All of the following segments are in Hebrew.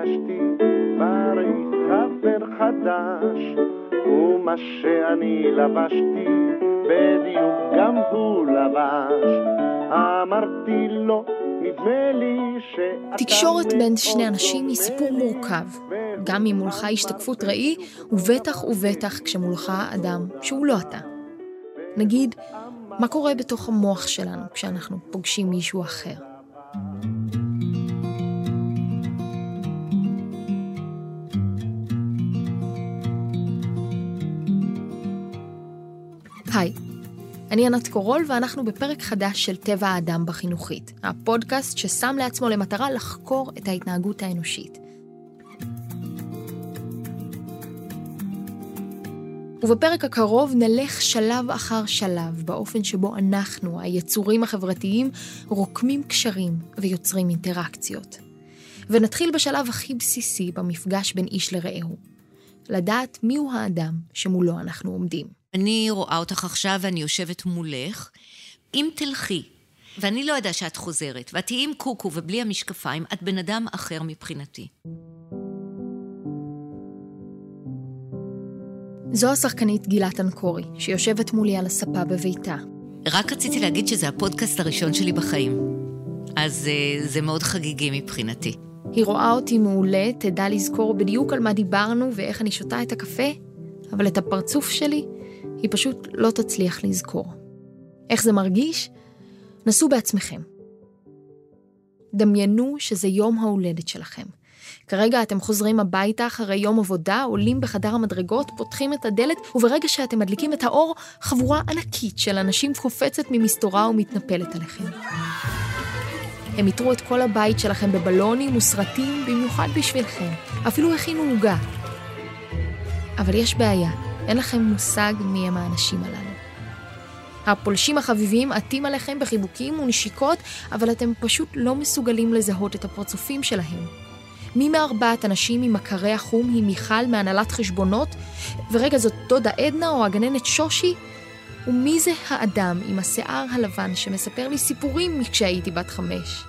לבשתי צריך חבר חדש, ומה שאני לבשתי בדיוק גם הוא לבש. אמרתי לו, נדמה לי שאתה... תקשורת בין שני אנשים היא סיפור מורכב, גם אם מולך השתקפות ראי, ובטח כשמולך אדם שהוא לא אתה. נגיד, מה קורה בתוך המוח שלנו כשאנחנו פוגשים מישהו אחר? היי, אני ענת קורול ואנחנו בפרק חדש של טבע האדם בחינוכית, הפודקאסט ששם לעצמו למטרה לחקור את ההתנהגות האנושית. ובפרק הקרוב נלך שלב אחר שלב באופן שבו אנחנו, היצורים החברתיים, רוקמים קשרים ויוצרים אינטראקציות. ונתחיל בשלב הכי בסיסי במפגש בין איש לרעהו, לדעת מיהו האדם שמולו אנחנו עומדים. אני רואה אותך עכשיו ואני יושבת מולך. אם תלכי, ואני לא יודע שאת חוזרת, ואת תהיי עם קוקו ובלי המשקפיים, את בן אדם אחר מבחינתי. זו השחקנית גילת אנקורי, שיושבת מולי על הספה בביתה. רק רציתי להגיד שזה הפודקאסט הראשון שלי בחיים. אז זה מאוד חגיגי מבחינתי. היא רואה אותי מעולה, תדע לזכור בדיוק על מה דיברנו ואיך אני שותה את הקפה, אבל את הפרצוף שלי היא פשוט לא תצליח לזכור. איך זה מרגיש? נסו בעצמכם. דמיינו שזה יום ההולדת שלכם. כרגע אתם חוזרים הביתה אחרי יום עבודה, עולים בחדר המדרגות, פותחים את הדלת, וברגע שאתם מדליקים את האור, חבורה ענקית של אנשים קופצת ממסתורה ומתנפלת עליכם. הם יתרו את כל הבית שלכם בבלונים וסרטים, במיוחד בשבילכם. אפילו הכינו עוגה. אבל יש בעיה. אין לכם מושג מי הם האנשים הללו. הפולשים החביבים עטים עליכם בחיבוקים ונשיקות, אבל אתם פשוט לא מסוגלים לזהות את הפרצופים שלהם. מי מארבעת אנשים עם מכרי החום היא מיכל מהנהלת חשבונות, ורגע זאת דודה עדנה או הגננת שושי? ומי זה האדם עם השיער הלבן שמספר לי סיפורים כשהייתי בת 5?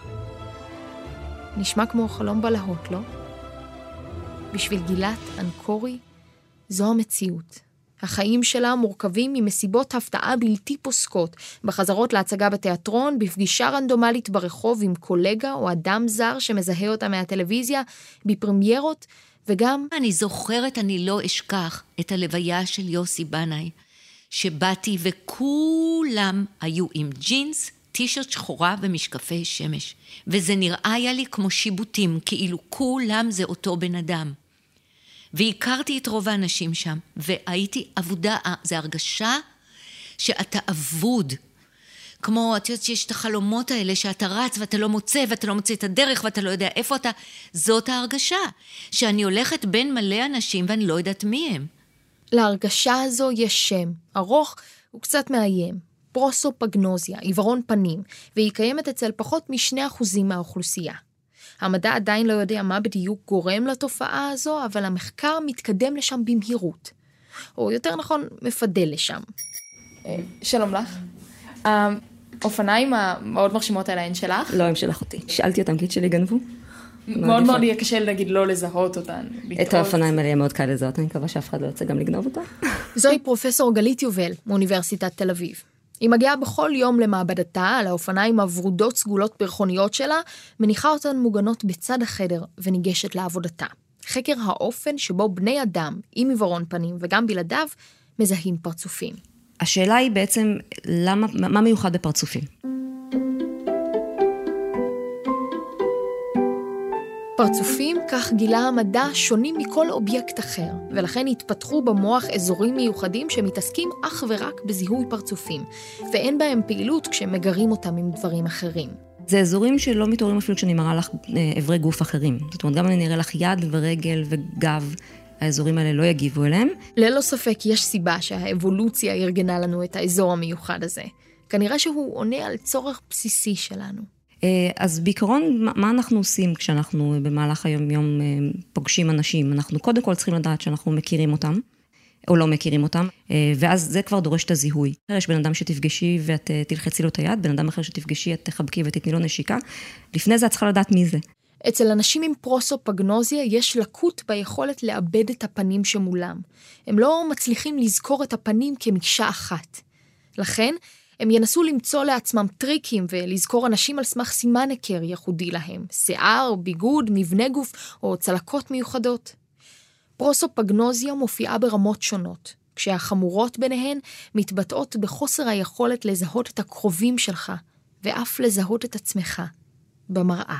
נשמע כמו חלום בלהות, לא? בשביל גילת אנקורי, זו המציאות. החיים שלה מורכבים ממסיבות הפתעה בלתי פוסקות, בחזרות להצגה בתיאטרון, בפגישה רנדומלית ברחוב עם קולגה או אדם זר שמזהה אותה מהטלוויזיה, בפרמיירות, וגם... אני זוכרת, אני לא אשכח את הלוויה של יוסי בנאי, שבאתי וכולם היו עם ג'ינס, טישרט שחורה ומשקפי שמש, וזה נראה היה לי כמו שיבוטים, כאילו כולם זה אותו בן אדם. והכרתי את רוב האנשים שם, והייתי עבודה, זה הרגשה שאתה עבוד. כמו, את יודעת שיש את החלומות האלה, שאתה רץ ואתה לא מוצא, ואתה לא מוצא את הדרך, ואתה לא יודע איפה אתה. זאת ההרגשה, שאני הולכת בין מלא אנשים, ואני לא יודעת מי הם. להרגשה הזו יש שם, ארוך וקצת מאיים, פרוסופגנוזיה, עיוורון פנים, והיא קיימת אצל פחות מ2% מהאוכלוסייה. המדע עדיין לא יודע מה בדיוק גורם לתופעה הזו, אבל המחקר מתקדם לשם במהירות. או יותר נכון, מפדל לשם. שלום לך. האופניים המאוד מרשימות האלה הן שלך? לא, הן שלך אותי. שאלתי אותם, כי את שלי גנבו. מאוד מאוד יהיה קשה להגיד לא לזהות אותן. את האופניים האלה יהיה מאוד קל לזהות, אני מקווה שאף אחד לא יוצא גם לגנוב אותה. זוהי פרופסור גלית יובל, מאוניברסיטת תל אביב. היא מגיעה בכל יום למעבדתה על האופניים הוורודות סגולות פרחוניות שלה, מניחה אותן מוגנות בצד החדר וניגשת לעבודתה. חקר האופן שבו בני אדם, עם עיוורון פנים וגם בלעדיו, מזהים פרצופים. השאלה היא בעצם, מה מיוחד בפרצופים? פרצופים, כך גילה המדע, שונים מכל אובייקט אחר, ולכן התפתחו במוח אזורים מיוחדים שמתעסקים אך ורק בזיהוי פרצופים, ואין בהם פעילות כשמגרים אותם עם דברים אחרים. זה אזורים שלא מתעוררים אפילו כשאני מראה לך אברי גוף אחרים. זאת אומרת, גם אני נראה לך יד ורגל וגב, האזורים האלה לא יגיבו אליהם. ללא ספק יש סיבה שהאבולוציה ארגנה לנו את האזור המיוחד הזה. כנראה שהוא עונה על צורך בסיסי שלנו. אז בעיקרון, מה אנחנו עושים כשאנחנו במהלך היום פוגשים אנשים? אנחנו קודם כל צריכים לדעת שאנחנו מכירים אותם, או לא מכירים אותם, ואז זה כבר דורש את הזיהוי. יש בן אדם שתפגשי ואת תלחצי לו את היד, בן אדם אחר שתפגשי, את תחבקי ותתני לו נשיקה. לפני זה את צריכה לדעת מי זה. אצל אנשים עם פרוסופגנוזיה יש לקות ביכולת לאבד את הפנים שמולם. הם לא מצליחים לזכור את הפנים כמקשה אחת. לכן, הם ינסו למצוא לעצמם טריקים ולזכור אנשים על סמך סימן היכר ייחודי להם, שיער, ביגוד, מבנה גוף או צלקות מיוחדות. פרוסופגנוזיה מופיעה ברמות שונות, כשהחמורות ביניהן מתבטאות בחוסר היכולת לזהות את הקרובים שלך, ואף לזהות את עצמך במראה.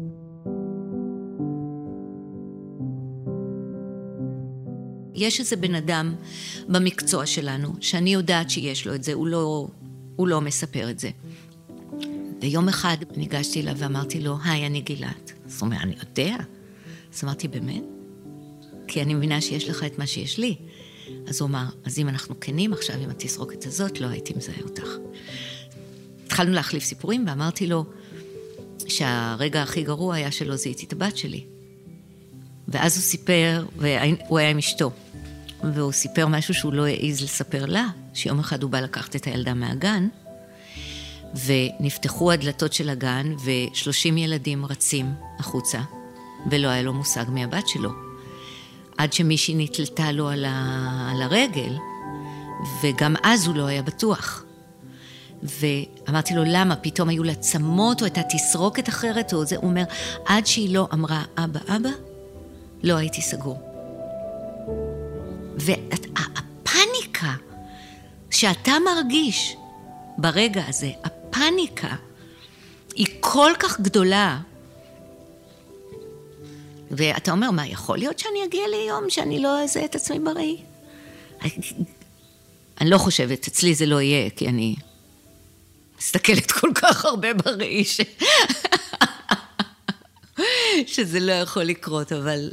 יש איזה בן אדם במקצוע שלנו, שאני יודעת שיש לו את זה, הוא לא מספר את זה. ויום אחד ניגשתי אליו ואמרתי לו, היי, אני גילת. זאת אומרת, אני יודע. אז אמרתי, באמת? כי אני מבינה שיש לך את מה שיש לי. אז הוא אמר, אז אם אנחנו כנים עכשיו עם התסרוקת הזאת, לא הייתי מזהה אותך. התחלנו להחליף סיפורים, ואמרתי לו שהרגע הכי גרוע היה שלא זיהיתי את הבת שלי. ואז הוא סיפר, והוא היה עם אשתו, והוא סיפר משהו שהוא לא העז לספר לה, שיום אחד הוא בא לקחת את הילדה מהגן, ונפתחו הדלתות של הגן, ו30 ילדים רצים החוצה, ולא היה לו מושג מהבת שלו. עד שמישהי נתלתה לו על הרגל, וגם אז הוא לא היה בטוח. ואמרתי לו, למה? פתאום היו לה צמות, או הייתה תסרוקת אחרת, או זה. הוא אומר, עד שהיא לא אמרה, אבא, אבא, לא הייתי סגור. והפניקה שאתה מרגיש ברגע הזה, הפניקה היא כל כך גדולה, ואתה אומר, מה, יכול להיות שאני אגיע ליום שאני לא אזהה את עצמי בראי? אני לא חושבת, אצלי זה לא יהיה, כי אני מסתכלת כל כך הרבה בראי שזה לא יכול לקרות, אבל...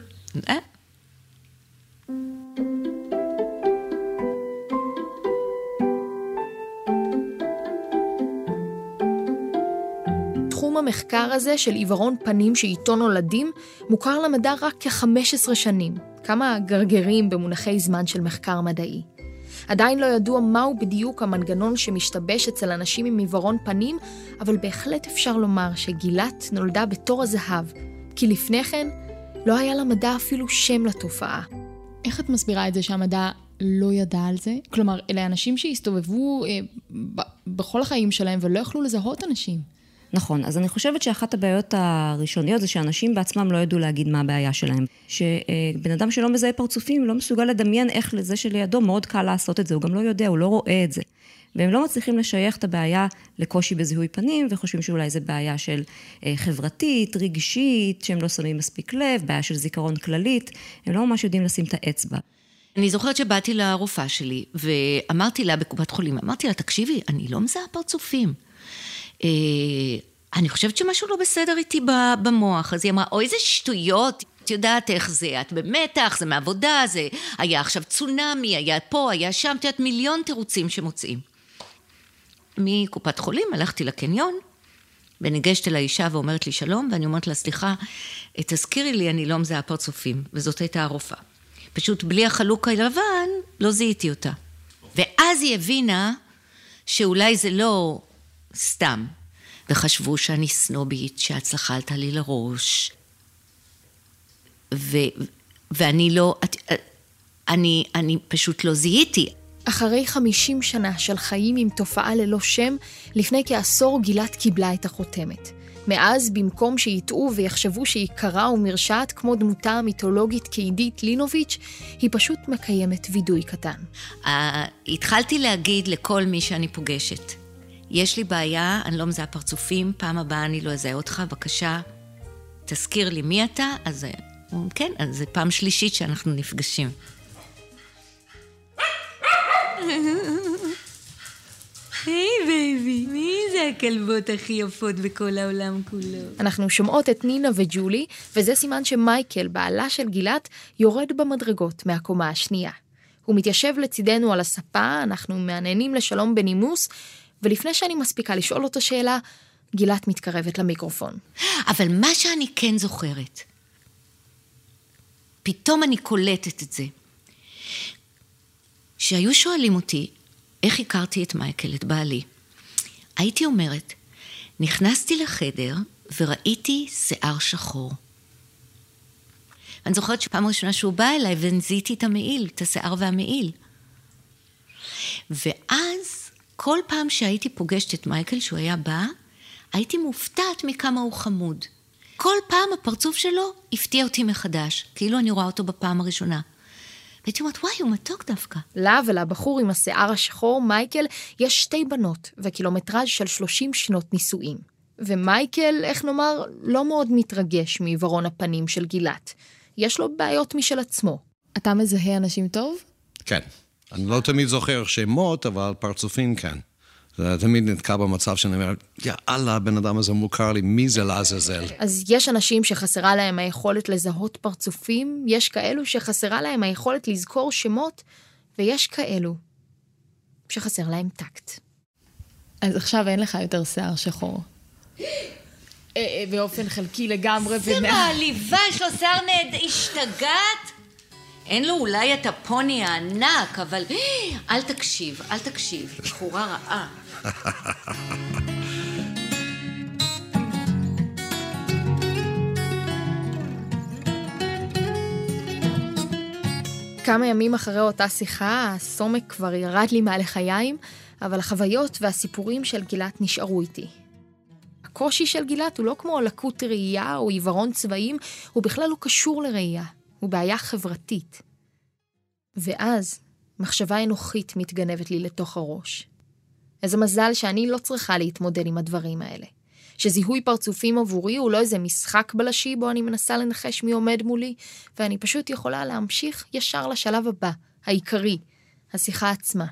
תחום המחקר הזה של עיוורון פנים שאיתו נולדים מוכר למדע רק כ-15 שנים, כמה גרגרים במונחי זמן של מחקר מדעי. עדיין לא ידוע מהו בדיוק המנגנון שמשתבש אצל אנשים עם עיוורון פנים, אבל בהחלט אפשר לומר שגילת נולדה בתור הזהב, כי לפני כן לא היה למדע אפילו שם לתופעה. איך את מסבירה את זה שהמדע לא ידע על זה? כלומר, אלה אנשים שהסתובבו בכל החיים שלהם ולא יכלו לזהות אנשים. נכון, אז אני חושבת שאחת הבעיות הראשוניות זה שאנשים בעצמם לא ידעו להגיד מה הבעיה שלהם. שבן אדם שלא מזהה פרצופים לא מסוגל לדמיין איך לזה שלידו מאוד קל לעשות את זה, הוא גם לא יודע, הוא לא רואה את זה. והם לא מצליחים לשייך את הבעיה לקושי בזיהוי פנים, וחושבים שאולי זה בעיה של חברתית, רגשית, שהם לא שמים מספיק לב, בעיה של זיכרון כללית, הם לא ממש יודעים לשים את האצבע. אני זוכרת שבאתי לרופאה שלי, ואמרתי לה בקופת חולים, אמרתי לה, תקשיבי, אני לא מזהה פרצופים. אני חושבת שמשהו לא בסדר איתי במוח, אז היא אמרה, אוי, זה שטויות, את יודעת איך זה, את במתח, זה מעבודה, זה היה עכשיו צונמי, היה פה, היה שם, את יודעת, מיליון תירוצים שמוצאים. מקופת חולים הלכתי לקניון, וניגשת אל האישה ואומרת לי שלום, ואני אומרת לה, סליחה, תזכירי לי, אני לא מזהה פרצופים, וזאת הייתה הרופאה. פשוט בלי החלוק הלבן, לא זיהיתי אותה. ואז היא הבינה שאולי זה לא סתם, וחשבו שאני סנובית, שההצלחה עלתה לי לראש, ואני לא, אני פשוט לא זיהיתי. אחרי 50 שנה של חיים עם תופעה ללא שם, לפני כעשור גילת קיבלה את החותמת. מאז, במקום שיטעו ויחשבו שהיא קרה ומרשעת כמו דמותה המיתולוגית כעידית לינוביץ', היא פשוט מקיימת וידוי קטן. התחלתי להגיד לכל מי שאני פוגשת, יש לי בעיה, אני לא מזהה פרצופים, פעם הבאה אני לא אזהה אותך, בבקשה, תזכיר לי מי אתה, אז כן, אז זה פעם שלישית שאנחנו נפגשים. היי בייבי, מי זה הכלבות הכי יפות בכל העולם כולו? אנחנו שומעות את נינה וג'ולי, וזה סימן שמייקל, בעלה של גילת, יורד במדרגות מהקומה השנייה. הוא מתיישב לצידנו על הספה, אנחנו מעניינים לשלום בנימוס, ולפני שאני מספיקה לשאול אותו שאלה, גילת מתקרבת למיקרופון. אבל מה שאני כן זוכרת, פתאום אני קולטת את זה. שהיו שואלים אותי, איך הכרתי את מייקל, את בעלי? הייתי אומרת, נכנסתי לחדר, וראיתי שיער שחור. אני זוכרת שפעם ראשונה שהוא בא אליי ונזיתי את המעיל, את השיער והמעיל. ואז כל פעם שהייתי פוגשת את מייקל שהוא היה בא, הייתי מופתעת מכמה הוא חמוד. כל פעם הפרצוף שלו הפתיע אותי מחדש, כאילו אני רואה אותו בפעם הראשונה. והייתי אומרת, וואי, הוא מתוק דווקא. לה ולבחור עם השיער השחור, מייקל, יש 2 בנות וקילומטראז' של 30 שנות נישואים. ומייקל, איך נאמר, לא מאוד מתרגש מעיוורון הפנים של גילת. יש לו בעיות משל עצמו. אתה מזהה אנשים טוב? כן. אני לא תמיד זוכר שמות, אבל פרצופים כן. זה תמיד נתקע במצב שאני אומר, יאללה, הבן אדם הזה מוכר לי, מי זה לעזאזל? אז יש אנשים שחסרה להם היכולת לזהות פרצופים, יש כאלו שחסרה להם היכולת לזכור שמות, ויש כאלו שחסר להם טקט. אז עכשיו אין לך יותר שיער שחור. באופן חלקי לגמרי. זה מעליבה, יש לו שיער השתגעת? אין לו אולי את הפוני הענק, אבל אל תקשיב, בחורה רעה. כמה ימים אחרי אותה שיחה, הסומק כבר ירד לי מעל לחיים, אבל החוויות והסיפורים של גילת נשארו איתי. הקושי של גילת הוא לא כמו לקות ראייה או עיוורון צבעים, הוא בכלל לא קשור לראייה. הוא בעיה חברתית. ואז מחשבה אנוכית מתגנבת לי לתוך הראש. איזה מזל שאני לא צריכה להתמודד עם הדברים האלה. שזיהוי פרצופים עבורי הוא לא איזה משחק בלשי בו אני מנסה לנחש מי עומד מולי, ואני פשוט יכולה להמשיך ישר לשלב הבא, העיקרי, השיחה עצמה.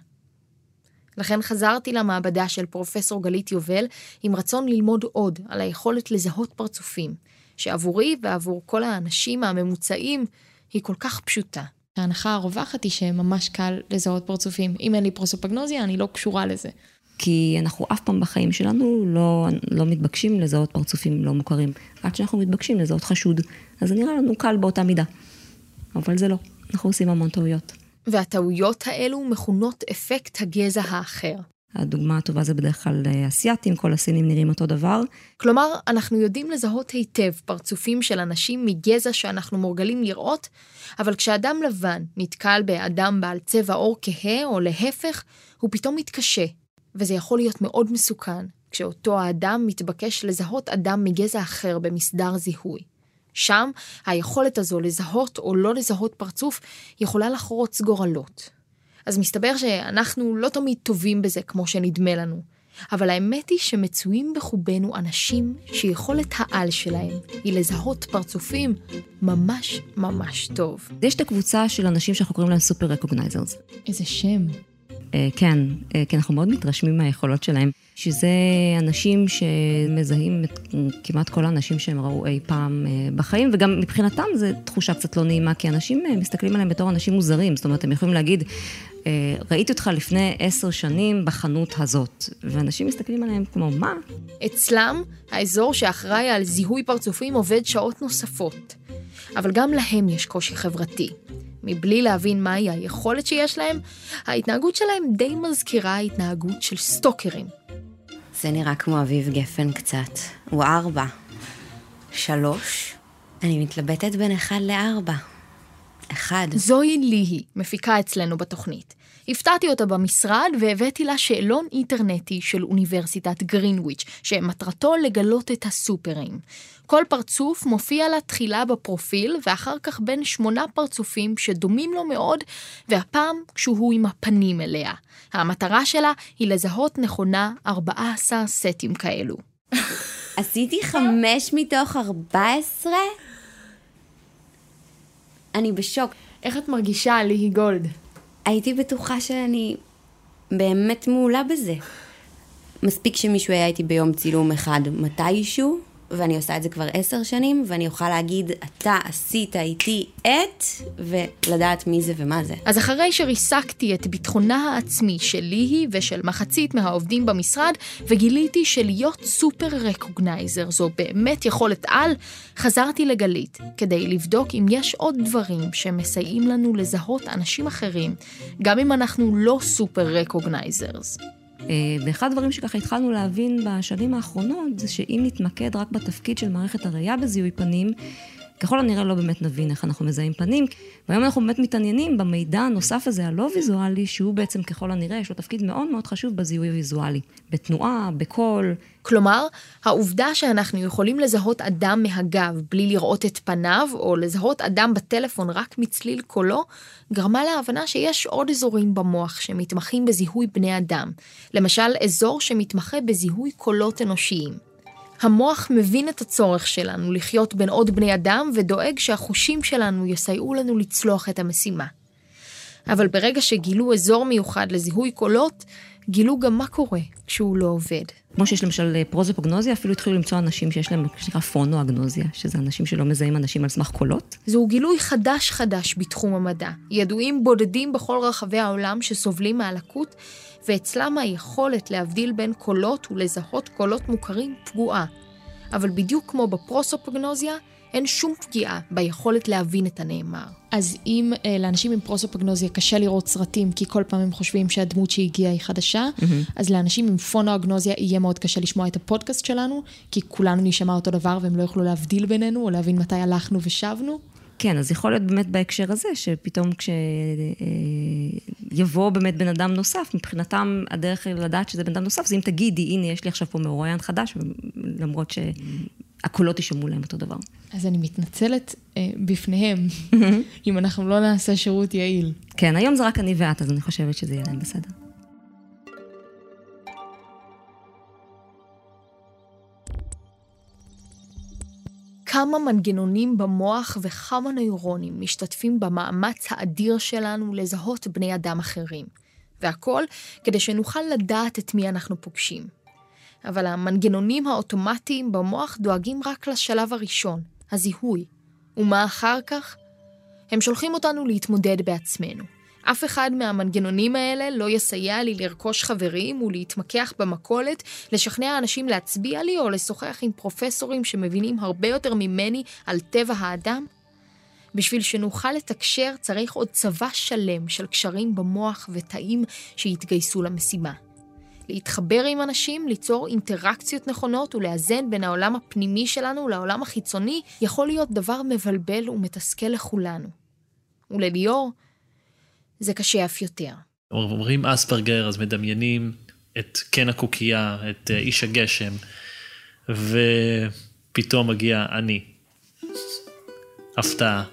לכן חזרתי למעבדה של פרופסור גלית יובל עם רצון ללמוד עוד על היכולת לזהות פרצופים, שעבורי ועבור כל האנשים הממוצעים היא כל כך פשוטה. ההנחה הרווחת היא שממש קל לזהות פרצופים. אם אין לי פרוסופגנוזיה, אני לא קשורה לזה. כי אנחנו אף פעם בחיים שלנו לא מתבקשים לזהות פרצופים לא מוכרים. עד שאנחנו מתבקשים לזהות חשוד. אז זה נראה לנו קל באותה מידה. אבל זה לא. אנחנו עושים המון טעויות. והטעויות האלו מכונות אפקט הגזע האחר. הדוגמה הטובה זה בדרך כלל אסיאטים, כל הסינים נראים אותו דבר. כלומר, אנחנו יודעים לזהות היטב פרצופים של אנשים מגזע שאנחנו מורגלים לראות, אבל כשאדם לבן נתקל באדם בעל צבע עור כהה או להפך, הוא פתאום מתקשה, וזה יכול להיות מאוד מסוכן, כשאותו האדם מתבקש לזהות אדם מגזע אחר במסדר זיהוי. שם, היכולת הזו לזהות או לא לזהות פרצוף יכולה לחרוץ גורלות. אז מסתבר שאנחנו לא תמיד טובים בזה כמו שנדמה לנו. אבל האמת היא שמצויים בחובנו אנשים שיכולת העל שלהם היא לזהות פרצופים ממש ממש טוב. יש את הקבוצה של אנשים שאנחנו קוראים להם סופר רקוגנייזרס. איזה שם. כן, כי אנחנו מאוד מתרשמים מהיכולות שלהם, שזה אנשים שמזהים את כמעט כל האנשים שהם ראו אי פעם בחיים, וגם מבחינתם זו תחושה קצת לא נעימה, כי אנשים מסתכלים עליהם בתור אנשים מוזרים, זאת אומרת, הם יכולים להגיד, ראיתי אותך לפני 10 שנים בחנות הזאת, ואנשים מסתכלים עליהם כמו, מה? אצלם, האזור שאחראי על זיהוי פרצופים עובד שעות נוספות, אבל גם להם יש קושי חברתי. מבלי להבין מהי היכולת שיש להם, ההתנהגות שלהם די מזכירה ההתנהגות של סטוקרים. זה נראה כמו אביב גפן קצת. הוא 4. 3. אני מתלבטת בין 1 ל-4. 1. זוהי ליהי, מפיקה אצלנו בתוכנית. הפתעתי אותה במשרד והבאתי לה שאלון אינטרנטי של אוניברסיטת גרינוויץ', שמטרתו לגלות את הסופרים. כל פרצוף מופיע לה תחילה בפרופיל, ואחר כך בין 8 פרצופים שדומים לו מאוד, והפעם כשהוא עם הפנים אליה. המטרה שלה היא לזהות נכונה 14 סטים כאלו. עשיתי 5 מתוך 14? אני בשוק. איך את מרגישה, ליהי גולד? הייתי בטוחה שאני באמת מעולה בזה. מספיק שמישהו היה איתי ביום צילום אחד מתישהו, ואני עושה את זה כבר 10 שנים, ואני אוכל להגיד, אתה עשית איתי ולדעת מי זה ומה זה. אז אחרי שריסקתי את ביטחונה העצמי של ליהי ושל מחצית מהעובדים במשרד, וגיליתי שלהיות סופר רקוגנייזר זו באמת יכולת על, חזרתי לגלית, כדי לבדוק אם יש עוד דברים שמסייעים לנו לזהות אנשים אחרים, גם אם אנחנו לא סופר רקוגנייזרס. ואחד הדברים שככה התחלנו להבין בשנים האחרונות, זה שאם נתמקד רק בתפקיד של מערכת הראייה בזיהוי פנים, ככל הנראה לא באמת נבין איך אנחנו מזהים פנים, והיום אנחנו באמת מתעניינים במידע הנוסף הזה, הלא ויזואלי, שהוא בעצם ככל הנראה, יש לו תפקיד מאוד מאוד חשוב בזיהוי ויזואלי, בתנועה, בקול. כלומר, העובדה שאנחנו יכולים לזהות אדם מהגב בלי לראות את פניו, או לזהות אדם בטלפון רק מצליל קולו, גרמה להבנה שיש עוד אזורים במוח שמתמחים בזיהוי בני אדם. למשל, אזור שמתמחה בזיהוי קולות אנושיים. המוח מבין את הצורך שלנו לחיות בין עוד בני אדם ודואג שהחושים שלנו יסייעו לנו לצלוח את המשימה. אבל ברגע שגילו אזור מיוחד לזיהוי קולות, גילו גם מה קורה כשהוא לא עובד. כמו שיש למשל פרוזופוגנוזיה, אפילו התחילו למצוא אנשים שיש להם שנקרא פונואגנוזיה, שזה אנשים שלא מזהים אנשים על סמך קולות. זהו גילוי חדש בתחום המדע. ידועים בודדים בכל רחבי העולם שסובלים מהלקות, ואצלם היכולת להבדיל בין קולות ולזהות קולות מוכרים פגועה. אבל בדיוק כמו בפרוסופוגנוזיה, אין שום פגיעה ביכולת להבין את הנאמר. אז אם לאנשים עם פרוסופוגנוזיה קשה לראות סרטים, כי כל פעם הם חושבים שהדמות שהגיעה היא חדשה, אז לאנשים עם פונואגנוזיה יהיה מאוד קשה לשמוע את הפודקאסט שלנו, כי כולנו נשמע אותו דבר והם לא יוכלו להבדיל בינינו, או להבין מתי הלכנו ושבנו. כן, אז יכול להיות באמת בהקשר הזה, שפתאום כשיבוא באמת בן אדם נוסף, מבחינתם הדרך לדעת שזה בן אדם נוסף, זה אם תגידי, הנה יש לי עכשיו פה מרואיין חדש, למרות שהקולות ישמעו להם אותו דבר. אז אני מתנצלת בפניהם, אם אנחנו לא נעשה שירות יעיל. כן, היום זה רק אני ואת, אז אני חושבת שזה יהיה להם בסדר. כמה מנגנונים במוח וכמה נוירונים משתתפים במאמץ האדיר שלנו לזהות בני אדם אחרים. והכל כדי שנוכל לדעת את מי אנחנו פוגשים. אבל המנגנונים האוטומטיים במוח דואגים רק לשלב הראשון, הזיהוי. ומה אחר כך? הם שולחים אותנו להתמודד בעצמנו. אף אחד מהמנגנונים האלה לא יסייע לי לרכוש חברים ולהתמקח במכולת, לשכנע אנשים להצביע לי או לשוחח עם פרופסורים שמבינים הרבה יותר ממני על טבע האדם. בשביל שנוכל לתקשר צריך עוד צבא שלם של קשרים במוח ותאים שיתגייסו למשימה. להתחבר עם אנשים, ליצור אינטראקציות נכונות ולאזן בין העולם הפנימי שלנו לעולם החיצוני יכול להיות דבר מבלבל ומתסכל לכולנו. ולליאור, זה קשה אף יותר. אומרים אספרגר, אז מדמיינים את קן הקוקייה, את איש הגשם, ופתאום מגיע אני. הפתעה.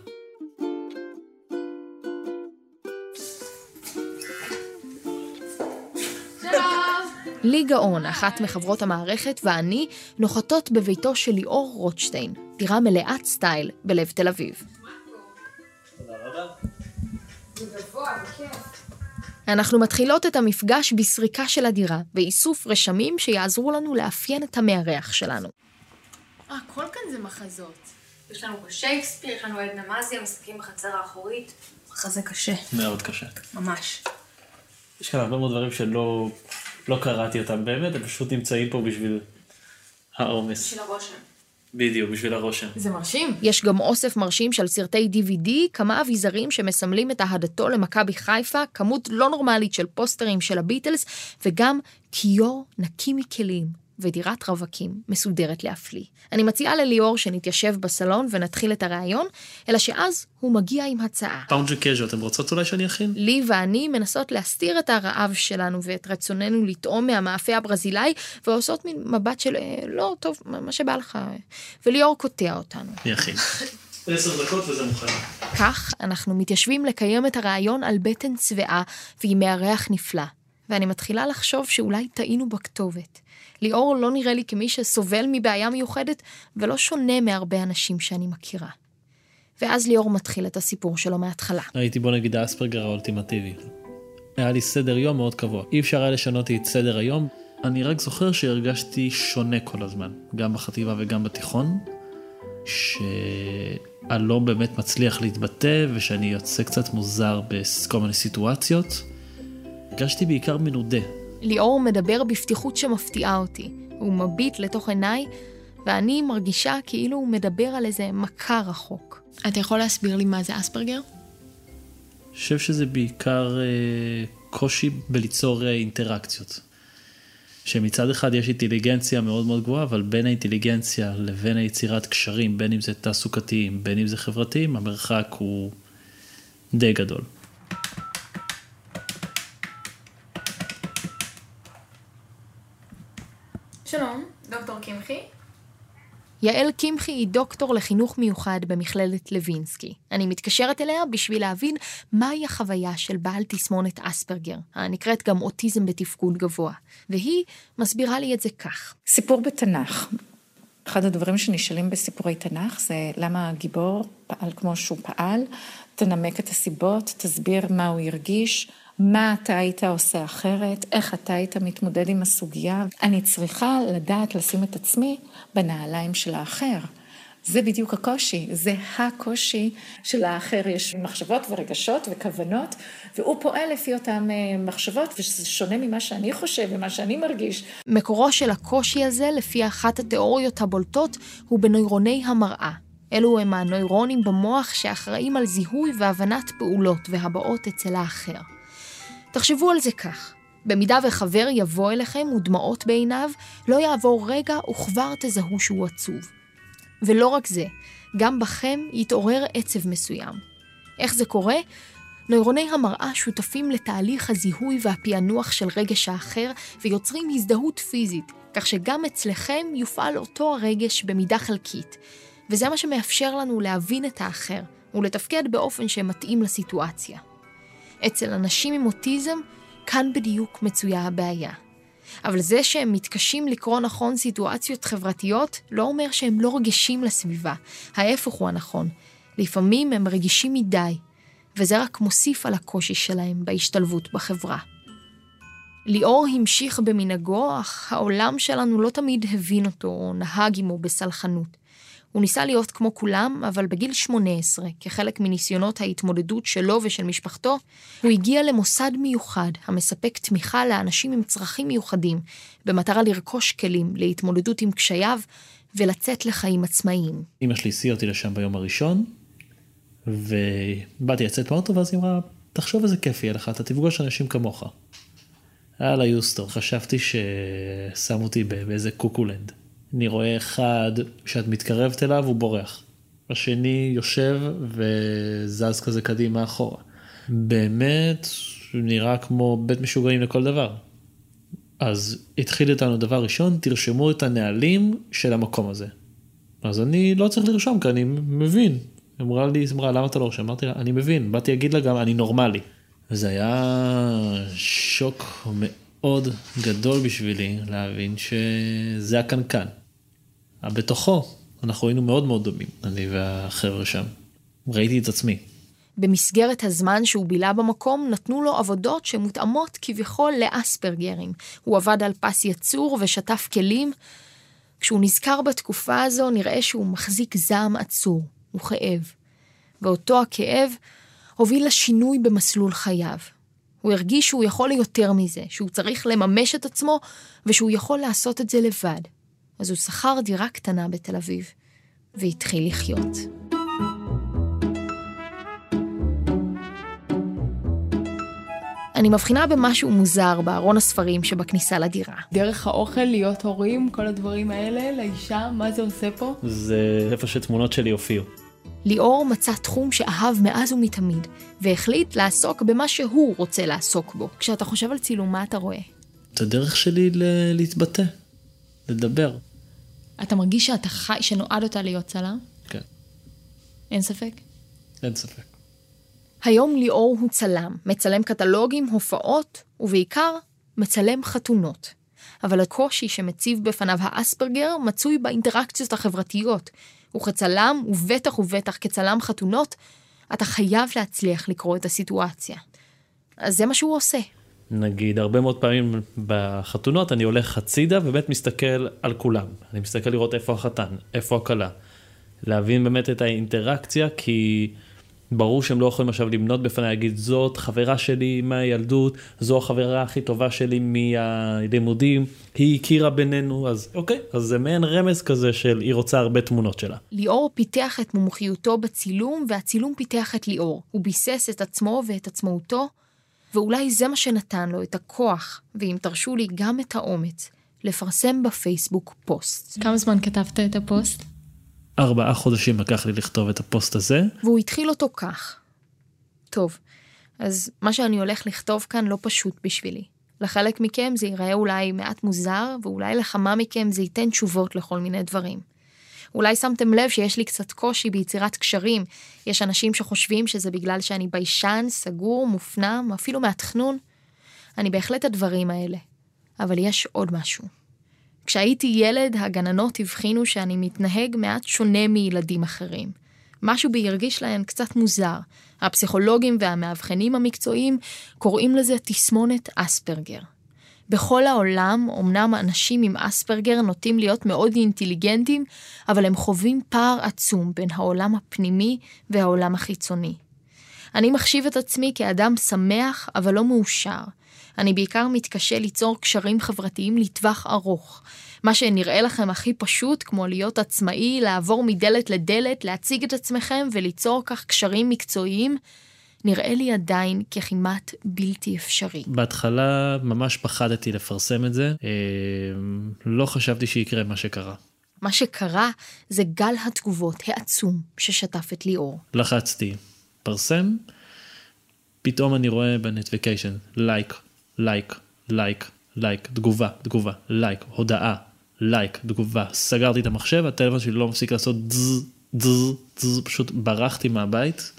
לי גאון, אחת מחברות המערכת, ואני נוחתות בביתו של ליאור רוטשטיין, דירה מלאת סטייל בלב תל אביב. תודה רבה. אנחנו מתחילות את המפגש בסריקה של הדירה, ואיסוף רשמים שיעזרו לנו לאפיין את המארח שלנו. כל כאן זה מחזות. יש לנו בשייקספיר, יש לנו עדנה מזיה, משחקים בחצר האחורית. מחזה קשה. מאוד קשה. ממש. יש כאן הרבה מאוד דברים שלא קראתי אותם באמת, הם פשוט נמצאים פה בשביל העומס. בשביל הרושם. בדיוק, בשביל הרושם. זה מרשים. יש גם אוסף מרשים של סרטי DVD, כמה אביזרים שמסמלים את אהדתו למכבי חיפה, כמות לא נורמלית של פוסטרים של הביטלס, וגם כיור נקי מכלים ודירת רווקים מסודרת להפליא. אני מציעה לליאור שנתיישב בסלון ונתחיל את הרעיון, אלא שאז הוא מגיע עם הצעה. פאונג'ה קז'ו, אתם רוצות אולי שאני אכין? לי ואני מנסות להסתיר את הרעב שלנו ואת רצוננו לטעום מהמאפה הברזילאי, ועושות מין מבט של לא, טוב, מה שבא לך. וליאור קוטע אותנו. אני אכין. 10 דקות וזה מוכן. כך אנחנו מתיישבים לקיים את הרעיון על בטן צבעה ועם מארח נפלא. ואני מתחילה לחשוב שאולי טעינו בכתובת. ליאור לא נראה לי כמי שסובל מבעיה מיוחדת, ולא שונה מהרבה אנשים שאני מכירה. ואז ליאור מתחיל את הסיפור שלו מההתחלה. הייתי בוא נגיד האספרגר האולטימטיבי. היה לי סדר יום מאוד קבוע. אי אפשר היה לשנות את סדר היום. אני רק זוכר שהרגשתי שונה כל הזמן, גם בחטיבה וגם בתיכון, שאני לא באמת מצליח להתבטא, ושאני יוצא קצת מוזר בכל מיני סיטואציות. הרגשתי בעיקר מנודה. ליאור מדבר בפתיחות שמפתיעה אותי. הוא מביט לתוך עיניי, ואני מרגישה כאילו הוא מדבר על איזה מכה רחוק. אתה יכול להסביר לי מה זה אספרגר? אני חושב שזה בעיקר קושי בליצור אינטראקציות. שמצד אחד יש אינטליגנציה מאוד מאוד גבוהה, אבל בין האינטליגנציה לבין היצירת קשרים, בין אם זה תעסוקתיים, בין אם זה חברתיים, המרחק הוא די גדול. שלום, דוקטור קמחי. יעל קמחי היא דוקטור לחינוך מיוחד במכללת לוינסקי. אני מתקשרת אליה בשביל להבין מהי החוויה של בעל תסמונת אספרגר, הנקראת גם אוטיזם בתפקוד גבוה. והיא מסבירה לי את זה כך. סיפור בתנ"ך. אחד הדברים שנשאלים בסיפורי תנ"ך זה למה הגיבור פעל כמו שהוא פעל, תנמק את הסיבות, תסביר מה הוא ירגיש, מה אתה היית עושה אחרת, איך אתה היית מתמודד עם הסוגיה. אני צריכה לדעת לשים את עצמי בנעליים של האחר. זה בדיוק הקושי, זה הקושי של האחר. יש מחשבות ורגשות וכוונות, והוא פועל לפי אותם מחשבות, וזה שונה ממה שאני חושב ומה שאני מרגיש. מקורו של הקושי הזה, לפי אחת התיאוריות הבולטות, הוא בנוירוני המראה. אלו הם הנוירונים במוח שאחראים על זיהוי והבנת פעולות והבעות אצל האחר. תחשבו על זה כך, במידה וחבר יבוא אליכם ודמעות בעיניו, לא יעבור רגע וכבר תזהו שהוא עצוב. ולא רק זה, גם בכם יתעורר עצב מסוים. איך זה קורה? נוירוני המראה שותפים לתהליך הזיהוי והפענוח של רגש האחר ויוצרים הזדהות פיזית, כך שגם אצלכם יופעל אותו הרגש במידה חלקית. וזה מה שמאפשר לנו להבין את האחר ולתפקד באופן שמתאים לסיטואציה. אצל אנשים עם אוטיזם, כאן בדיוק מצויה הבעיה. אבל זה שהם מתקשים לקרוא נכון סיטואציות חברתיות, לא אומר שהם לא רגישים לסביבה. ההפך הוא הנכון. לפעמים הם רגישים מדי, וזה רק מוסיף על הקושי שלהם בהשתלבות בחברה. ליאור המשיך במנהגו, אך העולם שלנו לא תמיד הבין אותו או נהג עמו בסלחנות. הוא ניסה להיות כמו כולם, אבל בגיל 18, כחלק מניסיונות ההתמודדות שלו ושל משפחתו, הוא הגיע למוסד מיוחד המספק תמיכה לאנשים עם צרכים מיוחדים, במטרה לרכוש כלים להתמודדות עם קשייו ולצאת לחיים עצמאיים. אמא שלי הסיעה אותי לשם ביום הראשון, ובאתי לצאת מאוטו, ואז היא אמרה, תחשוב איזה כיף יהיה לך, אתה תפגוש אנשים כמוך. היה לה יוסטור, חשבתי ששם אותי באיזה קוקולנד. אני רואה אחד שאת מתקרבת אליו, הוא בורח. השני יושב וזז כזה קדימה אחורה. באמת, נראה כמו בית משוגעים לכל דבר. אז התחיל איתנו דבר ראשון, תרשמו את הנהלים של המקום הזה. אז אני לא צריך לרשום, כי אני מבין. אמרה, למה אתה לא רושם? אמרתי לה, אני מבין. באתי להגיד לה גם, אני נורמלי. וזה היה שוק מאוד גדול בשבילי להבין שזה הקנקן. בתוכו אנחנו היינו מאוד מאוד דומים, אני והחבר'ה שם. ראיתי את עצמי. במסגרת הזמן שהוא בילה במקום, נתנו לו עבודות שמותאמות כביכול לאספרגרים. הוא עבד על פס יצור ושטף כלים. כשהוא נזכר בתקופה הזו, נראה שהוא מחזיק זעם עצור, הוא כאב. ואותו הכאב הוביל לשינוי במסלול חייו. הוא הרגיש שהוא יכול ליותר מזה, שהוא צריך לממש את עצמו, ושהוא יכול לעשות את זה לבד. אז הוא שכר דירה קטנה בתל אביב, והתחיל לחיות. אני מבחינה במשהו מוזר בארון הספרים שבכניסה לדירה. דרך האוכל, להיות הורים, כל הדברים האלה, לאישה, מה זה עושה פה? זה איפה שתמונות שלי הופיעו. ליאור מצא תחום שאהב מאז ומתמיד, והחליט לעסוק במה שהוא רוצה לעסוק בו. כשאתה חושב על צילום, מה אתה רואה? את הדרך שלי להתבטא, לדבר. אתה מרגיש שאתה חי, שנועדת להיות צלם? כן. אין ספק? אין ספק. היום ליאור הוא צלם, מצלם קטלוגים, הופעות, ובעיקר מצלם חתונות. אבל הקושי שמציב בפניו האספרגר מצוי באינטראקציות החברתיות. וכצלם, ובטח כצלם חתונות, אתה חייב להצליח לקרוא את הסיטואציה. אז זה מה שהוא עושה. נגיד, הרבה מאוד פעמים בחתונות אני הולך הצידה ובאמת מסתכל על כולם. אני מסתכל לראות איפה החתן, איפה הכלה. להבין באמת את האינטראקציה, כי ברור שהם לא יכולים עכשיו למנות בפני, להגיד, זאת חברה שלי מהילדות, זו החברה הכי טובה שלי מהלימודים, היא הכירה בינינו, אז אוקיי, אז זה מעין רמז כזה של היא רוצה הרבה תמונות שלה. ליאור פיתח את מומחיותו בצילום, והצילום פיתח את ליאור. הוא ביסס את עצמו ואת עצמאותו ואולי זה מה שנתן לו את הכוח, ואם תרשו לי גם את האומץ, לפרסם בפייסבוק פוסט. כמה זמן כתבת את הפוסט? 4 חודשים לקח לי לכתוב את הפוסט הזה. והוא התחיל אותו כך. טוב, אז מה שאני הולך לכתוב כאן לא פשוט בשבילי. לחלק מכם זה ייראה אולי מעט מוזר, ואולי לכמה מכם זה ייתן תשובות לכל מיני דברים. אולי שמתם לב שיש לי קצת קושי ביצירת קשרים. יש אנשים שחושבים שזה בגלל שאני ביישן, סגור, מופנם, אפילו מהתכנון. אני בהחלט הדברים האלה. אבל יש עוד משהו. כשהייתי ילד, הגננות הבחינו שאני מתנהג מעט שונה מילדים אחרים. משהו בירגיש להם קצת מוזר. הפסיכולוגים והמאבחנים המקצועיים קוראים לזה תסמונת אספרגר. בכל העולם, אמנם אנשים עם אספרגר נוטים להיות מאוד אינטליגנטים, אבל הם חווים פער עצום בין העולם הפנימי והעולם החיצוני. אני מחשיב את עצמי כאדם שמח, אבל לא מאושר. אני בעיקר מתקשה ליצור קשרים חברתיים לטווח ארוך. מה שנראה לכם הכי פשוט, כמו להיות עצמאי, לעבור מדלת לדלת, להציג את עצמכם וליצור כך קשרים מקצועיים, נראה לי עדיין ככמעט בלתי אפשרי. בהתחלה ממש פחדתי לפרסם את זה, לא חשבתי שיקרה מה שקרה. מה שקרה זה גל התגובות העצום ששטף את ליאור. לחצתי, פרסם, פתאום אני רואה בנוטיפיקיישן, לייק, לייק, לייק, לייק, תגובה, תגובה, לייק, הודעה, לייק, תגובה. סגרתי את המחשב, הטלפון שלי לא מפסיק לעשות דז, דז, דז, פשוט ברחתי מהבית,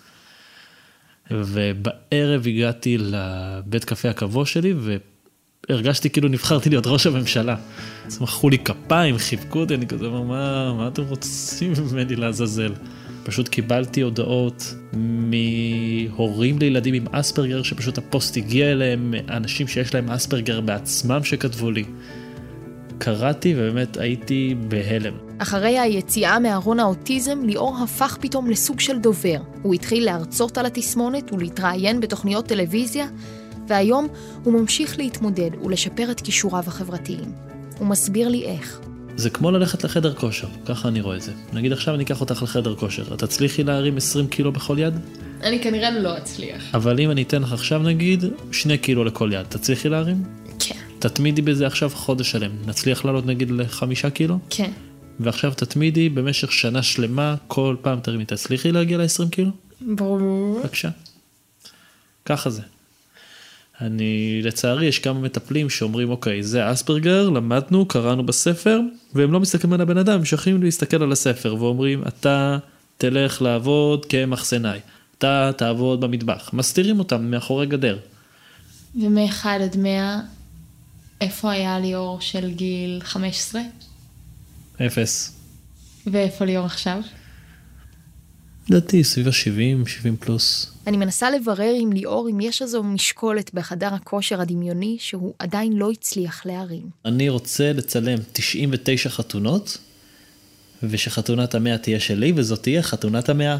ובערב הגעתי לבית קפה הקבוע שלי, והרגשתי כאילו נבחרתי להיות ראש הממשלה. אז מחאו לי כפיים, חיבקו אותי, אני כזה אומר, מה אתם רוצים ממני לעזאזל? פשוט קיבלתי הודעות מהורים לילדים עם אספרגר, שפשוט הפוסט הגיע אליהם, אנשים שיש להם אספרגר בעצמם שכתבו לי. קראתי ובאמת הייתי בהלם. אחרי היציאה מארון האוטיזם, ליאור הפך פתאום לסוג של דובר. הוא התחיל להרצות על התסמונת ולהתראיין בתוכניות טלוויזיה, והיום הוא ממשיך להתמודד ולשפר את כישוריו החברתיים. הוא מסביר לי איך. זה כמו ללכת לחדר כושר, ככה אני רואה את זה. נגיד עכשיו אני אקח אותך לחדר כושר, את תצליחי להרים 20 קילו בכל יד? אני כנראה לא אצליח. אבל אם אני אתן לך עכשיו נגיד 2 קילו לכל יד, תצליחי להרים? כן. תתמידי בזה עכשיו חודש שלם, נצליח לעלות נגיד ל5 קילו? כן. ועכשיו תתמידי במשך שנה שלמה, כל פעם תרימי, תצליחי להגיע ל20 קילו? ברור. בבקשה. ככה זה. לצערי, יש כמה מטפלים שאומרים, אוקיי, זה אספרגר, למדנו, קראנו בספר, והם לא מסתכלים על הבן אדם, הם שוכחים להסתכל על הספר, ואומרים, אתה תלך לעבוד כמחסנאי, אתה תעבוד במטבח, מסתירים אותם מאחורי גדר. ומ-1 עד 100, איפה היה ליאור של גיל 15? 0. ואיפה ליאור עכשיו? לדעתי, סביב 70 פלוס. אני מנסה לברר עם ליאור אם יש איזו משקולת בחדר הכושר הדמיוני שהוא עדיין לא הצליח להרים. אני רוצה לצלם 99 חתונות, ושחתונת 100 תהיה שלי, וזאת תהיה חתונת 100.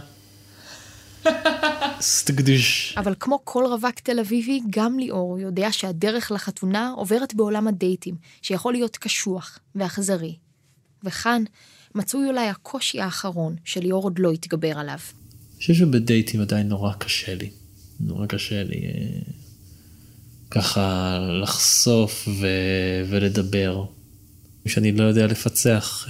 סתקדוש. אבל כמו כל רווק תל אביבי, גם ליאור יודע שהדרך לחתונה עוברת בעולם הדייטים, שיכול להיות קשוח ואכזרי. וכאן מצוי אולי הקושי האחרון שליאור עוד לא יתגבר עליו. אני חושב שבדייטים עדיין נורא קשה לי. נורא קשה לי ככה לחשוף ולדבר. שאני לא יודע לפצח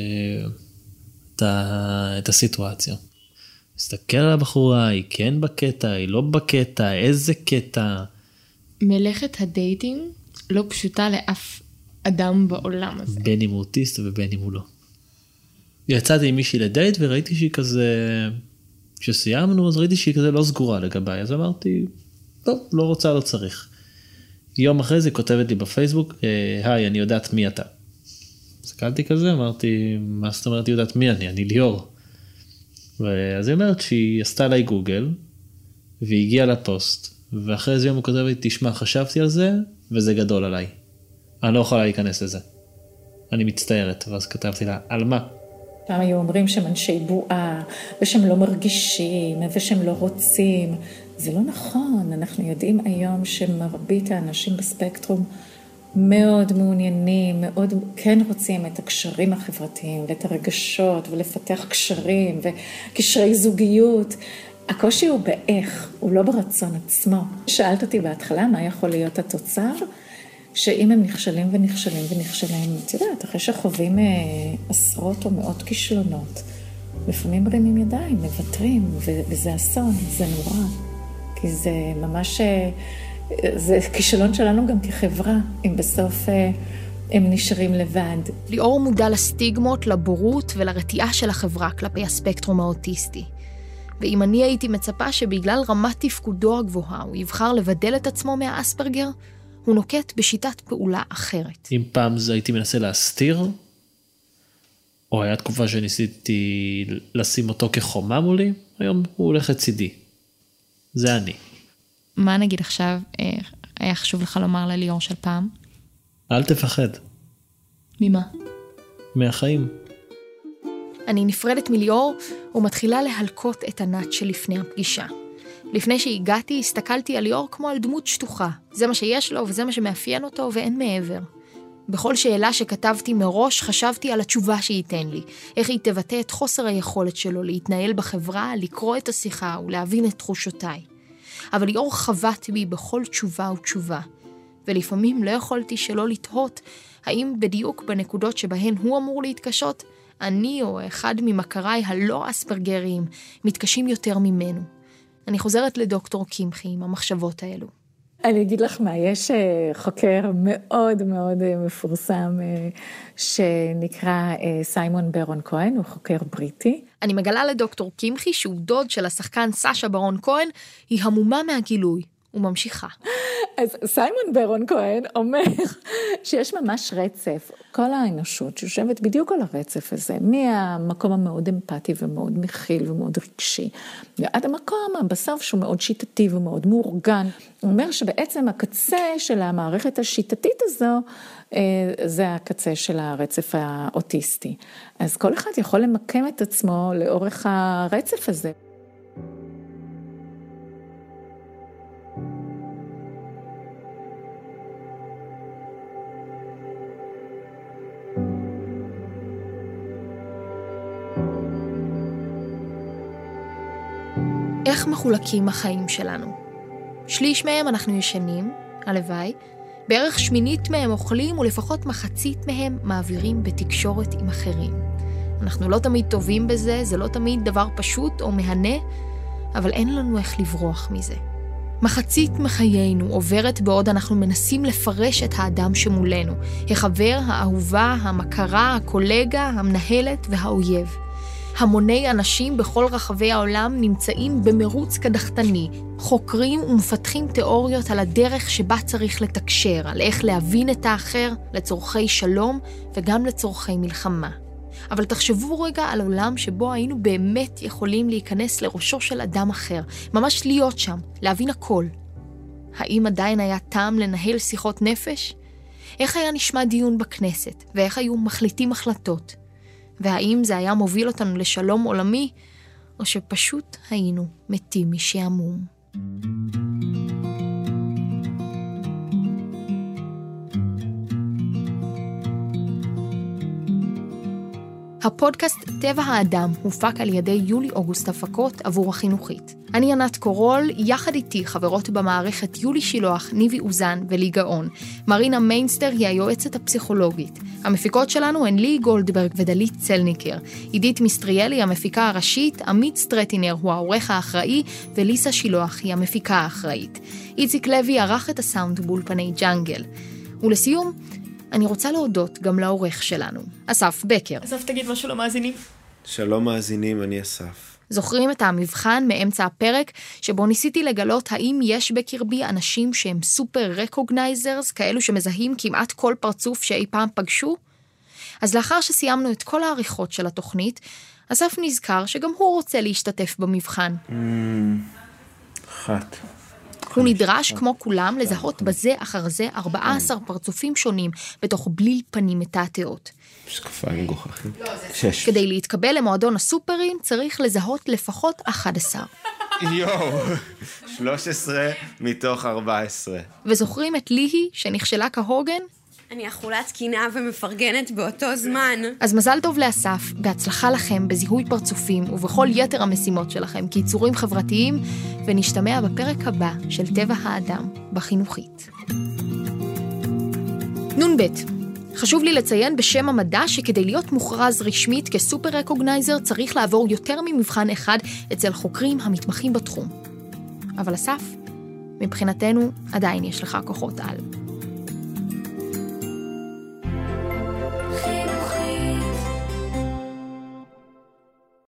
את הסיטואציה. מסתכל על הבחורה, היא כן בקטע, היא לא בקטע, איזה קטע. מלאכת הדייטים לא פשוטה לאף אדם בעולם הזה. בין אם הוא אוטיסט ובין אם הוא לא. יצאתי עם מישהי לדייט וראיתי שהיא כזה, כשסיימנו אז ראיתי שהיא כזה לא סגורה לגביי, אז אמרתי, טוב, לא רוצה, לא צריך. יום אחרי זה כותבת לי בפייסבוק, היי, אני יודעת מי אתה. הסתכלתי כזה, אמרתי, מה זאת אומרת יודעת מי אני? אני ליאור. ואז היא אומרת שהיא עשתה לי גוגל, והיא הגיעה לפוסט, ואחרי זה יום הוא כותב לי, תשמע, חשבתי על זה, וזה גדול עליי. אני לא יכולה להיכנס לזה. אני מצטערת, ואז כתבתי לה, על מה? פעם היו אומרים שהם אנשי בועה, ושהם לא מרגישים, ושהם לא רוצים. זה לא נכון, אנחנו יודעים היום שמרבית האנשים בספקטרום מאוד מעוניינים, מאוד כן רוצים את הקשרים החברתיים, ואת הרגשות, ולפתח קשרים, וקשרי זוגיות. הקושי הוא באיך, הוא לא ברצון עצמו. שאלת אותי בהתחלה מה יכול להיות התוצר, שאם הם נכשלים ונכשלים ונכשלים, את יודעת, אחרי שחווים עשרות או מאות כישלונות, לפעמים מרימים ידיים, מוותרים, וזה אסון, זה נורא. כי זה ממש, זה כישלון שלנו גם כחברה, אם בסוף הם נשארים לבד. ליאור מודע לסטיגמות, לבורות ולרתיעה של החברה כלפי הספקטרום האוטיסטי. ואם אני הייתי מצפה שבגלל רמת תפקודו הגבוהה הוא יבחר לבדל את עצמו מהאספרגר, הוא נוקט בשיטת פעולה אחרת. אם פעם הייתי מנסה להסתיר, או היה תקופה שניסיתי לשים אותו כחומה מולי, היום הוא הולך לצידי. זה אני. מה נגיד עכשיו, היה חשוב לך לומר לליאור של פעם? אל תפחד. ממה? מהחיים. אני נפרדת מליאור ומתחילה להלקות את ענת שלפני הפגישה. לפני שהגעתי, הסתכלתי על ליאור כמו על דמות שטוחה. זה מה שיש לו וזה מה שמאפיין אותו ואין מעבר. בכל שאלה שכתבתי מראש חשבתי על התשובה שייתן לי, איך היא תבטא את חוסר היכולת שלו להתנהל בחברה, לקרוא את השיחה ולהבין את תחושותיי. אבל ליאור חבט בי בכל תשובה ותשובה, ולפעמים לא יכולתי שלא לתהות האם בדיוק בנקודות שבהן הוא אמור להתקשות, אני או אחד ממכריי הלא אספרגריים מתקשים יותר ממנו. אני חוזרת לדוקטור קמחי עם המחשבות האלו. אני אגיד לך מה, יש חוקר מאוד מאוד מפורסם שנקרא סיימון ברון כהן, הוא חוקר בריטי. אני מגלה לדוקטור קמחי שהוא דוד של השחקן סשה ברון כהן, היא המומה מהגילוי, וממשיכה. אז סיימון ברון כהן אומר שיש ממש רצף, כל האנושות שיושבת בדיוק על הרצף הזה, מהמקום המאוד אמפתי ומאוד מכיל ומאוד רגשי, ועד המקום בסוף שהוא מאוד שיטתי ומאוד מאורגן. הוא אומר שבעצם הקצה של המערכת השיטתית הזו, זה הקצה של הרצף האוטיסטי. אז כל אחד יכול למקם את עצמו לאורך הרצף הזה. איך מחולקים החיים שלנו? שליש מהם אנחנו ישנים, הלוואי, בערך שמינית מהם אוכלים ולפחות מחצית מהם מעבירים בתקשורת עם אחרים. אנחנו לא תמיד טובים בזה, זה לא תמיד דבר פשוט או מהנה, אבל אין לנו איך לברוח מזה. מחצית מחיינו עוברת בעוד אנחנו מנסים לפרש את האדם שמולנו, החבר, האהובה, המכרה, הקולגה, המנהלת והאויב. המוני אנשים בכל רחבי העולם נמצאים במרוץ קדחתני, חוקרים ומפתחים תיאוריות על הדרך שבה צריך לתקשר, על איך להבין את האחר לצורכי שלום וגם לצורכי מלחמה. אבל תחשבו רגע על עולם שבו היינו באמת יכולים להיכנס לראשו של אדם אחר, ממש להיות שם, להבין הכל. האם עדיין היה טעם לנהל שיחות נפש? איך היה נשמע דיון בכנסת, ואיך היו מחליטים החלטות? והאם זה היה מוביל אותנו לשלום עולמי, או שפשוט היינו מתים משעמום. הפודקאסט טבע האדם הופק על ידי יולי אוגוסט הפקות עבור החינוכית. אני ענת קורול, יחד איתי חברות במערכת יולי שילוח, ניבי אוזן ולי גאון. מרינה מיינסטר היא היועצת הפסיכולוגית. המפיקות שלנו הן לי גולדברג ודלית צלניקר. עידית מיסטריאלי המפיקה הראשית, עמית סטרטינר הוא העורך האחראי, וליסה שילוח היא המפיקה האחראית. איציק לוי ערך את הסאונד באולפני ג'אנגל. ולסיום, אני רוצה להודות גם לעורך שלנו, אסף בקר. אסף, תגיד משהו למאזינים. שלום מאזינים, אני אסף. זוכרים את המבחן מאמצע הפרק, שבו ניסיתי לגלות האם יש בקרבי אנשים שהם סופר רקוגנייזרס, כאלו שמזהים כמעט כל פרצוף שאי פעם פגשו? אז לאחר שסיימנו את כל העריכות של התוכנית, אסף נזכר שגם הוא רוצה להשתתף במבחן. אחת. הוא נדרש כמו כולם לזהות בזה אחר זה 14 פרצופים שונים בתוך בליל פנים מתעתעות. שקפה מגוחכים. 6. כדי להתקבל למועדון הסופרים צריך לזהות לפחות 11. יואו, 13 מתוך 14. וזוכרים את ליהי שנכשלה כהוגן? אני אכולת קינה ומפרגנת באותו זמן. אז מזל טוב לאסף, בהצלחה לכם בזיהוי פרצופים ובכל יתר המשימות שלכם כיצורים חברתיים, ונשתמע בפרק הבא של טבע האדם בחינוכית. נ"ב. חשוב לי לציין בשם המדע שכדי להיות מוכרז רשמית כסופר רקוגנייזר צריך לעבור יותר ממבחן אחד אצל חוקרים המתמחים בתחום. אבל אסף, מבחינתנו עדיין יש לך כוחות על.